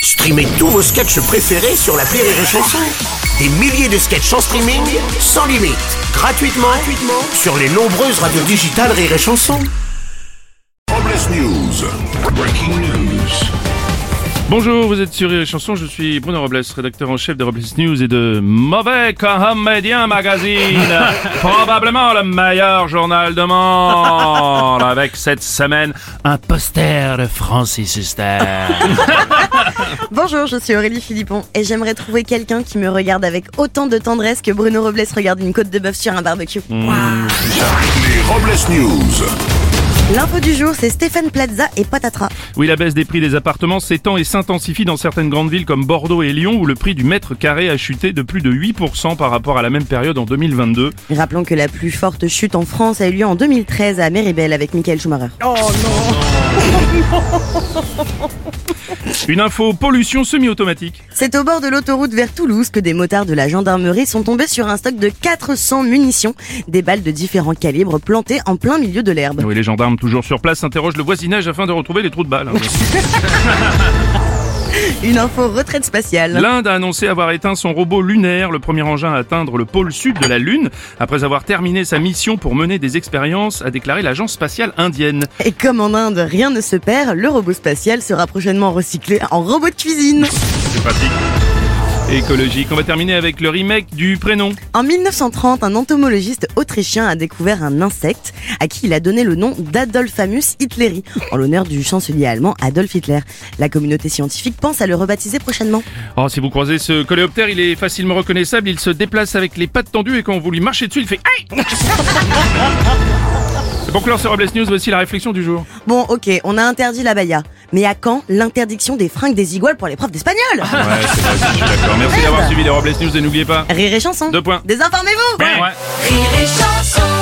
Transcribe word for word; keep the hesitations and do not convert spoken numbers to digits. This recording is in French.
Streamez tous vos sketchs préférés sur l'appli Rire et Chanson. Des milliers de sketchs en streaming, sans limite, gratuitement, gratuitement sur les nombreuses radios digitales Rire et Chanson. Robles News. Breaking news. Bonjour, vous êtes sur Rire et Chanson, je suis Bruno Robles, rédacteur en chef de Robles News et de Mauvais Comédien Magazine, probablement le meilleur journal de monde, avec cette semaine un poster de Francis Huster. Bonjour, je suis Aurélie Philippon et j'aimerais trouver quelqu'un qui me regarde avec autant de tendresse que Bruno Robles regarde une côte de bœuf sur un barbecue. Mmh. Wow. Les Robles News. L'info du jour, c'est Stéphane Plaza et Patatras. Oui, la baisse des prix des appartements s'étend et s'intensifie dans certaines grandes villes comme Bordeaux et Lyon, où le prix du mètre carré a chuté de plus de huit pour cent par rapport à la même période en deux mille vingt-deux. Rappelons que la plus forte chute en France a eu lieu en deux mille treize à Méribel avec Michael Schumacher. Oh non. Une info pollution semi-automatique. C'est au bord de l'autoroute vers Toulouse que des motards de la gendarmerie sont tombés sur un stock de quatre cents munitions, des balles de différents calibres plantées en plein milieu de l'herbe. Oui, les gendarmes toujours sur place s'interrogent le voisinage afin de retrouver les trous de balles. Une info retraite spatiale. L'Inde a annoncé avoir éteint son robot lunaire, le premier engin à atteindre le pôle sud de la Lune, après avoir terminé sa mission pour mener des expériences, a déclaré l'agence spatiale indienne. Et comme en Inde, rien ne se perd, le robot spatial sera prochainement recyclé en robot de cuisine. C'est pratique. Écologique. On va terminer avec le remake du prénom. En mille neuf cent trente, un entomologiste autrichien a découvert un insecte à qui il a donné le nom d'Adolphamus hitleri, en l'honneur du chancelier allemand Adolf Hitler. La communauté scientifique pense à le rebaptiser prochainement. Oh, si vous croisez ce coléoptère, il est facilement reconnaissable. Il se déplace avec les pattes tendues et quand vous lui marchez dessus, il fait aïe. Pour clore ce Robles News, voici la réflexion du jour. Bon, ok, on a interdit la baya. Mais à quand l'interdiction des fringues des iguales pour les profs d'espagnol? Ouais, c'est vrai, je suis d'accord. Merci d'avoir suivi les Robles News et n'oubliez pas... Rire et chanson. Deux points. Désinformez-vous. Ouais. Rire et chanson.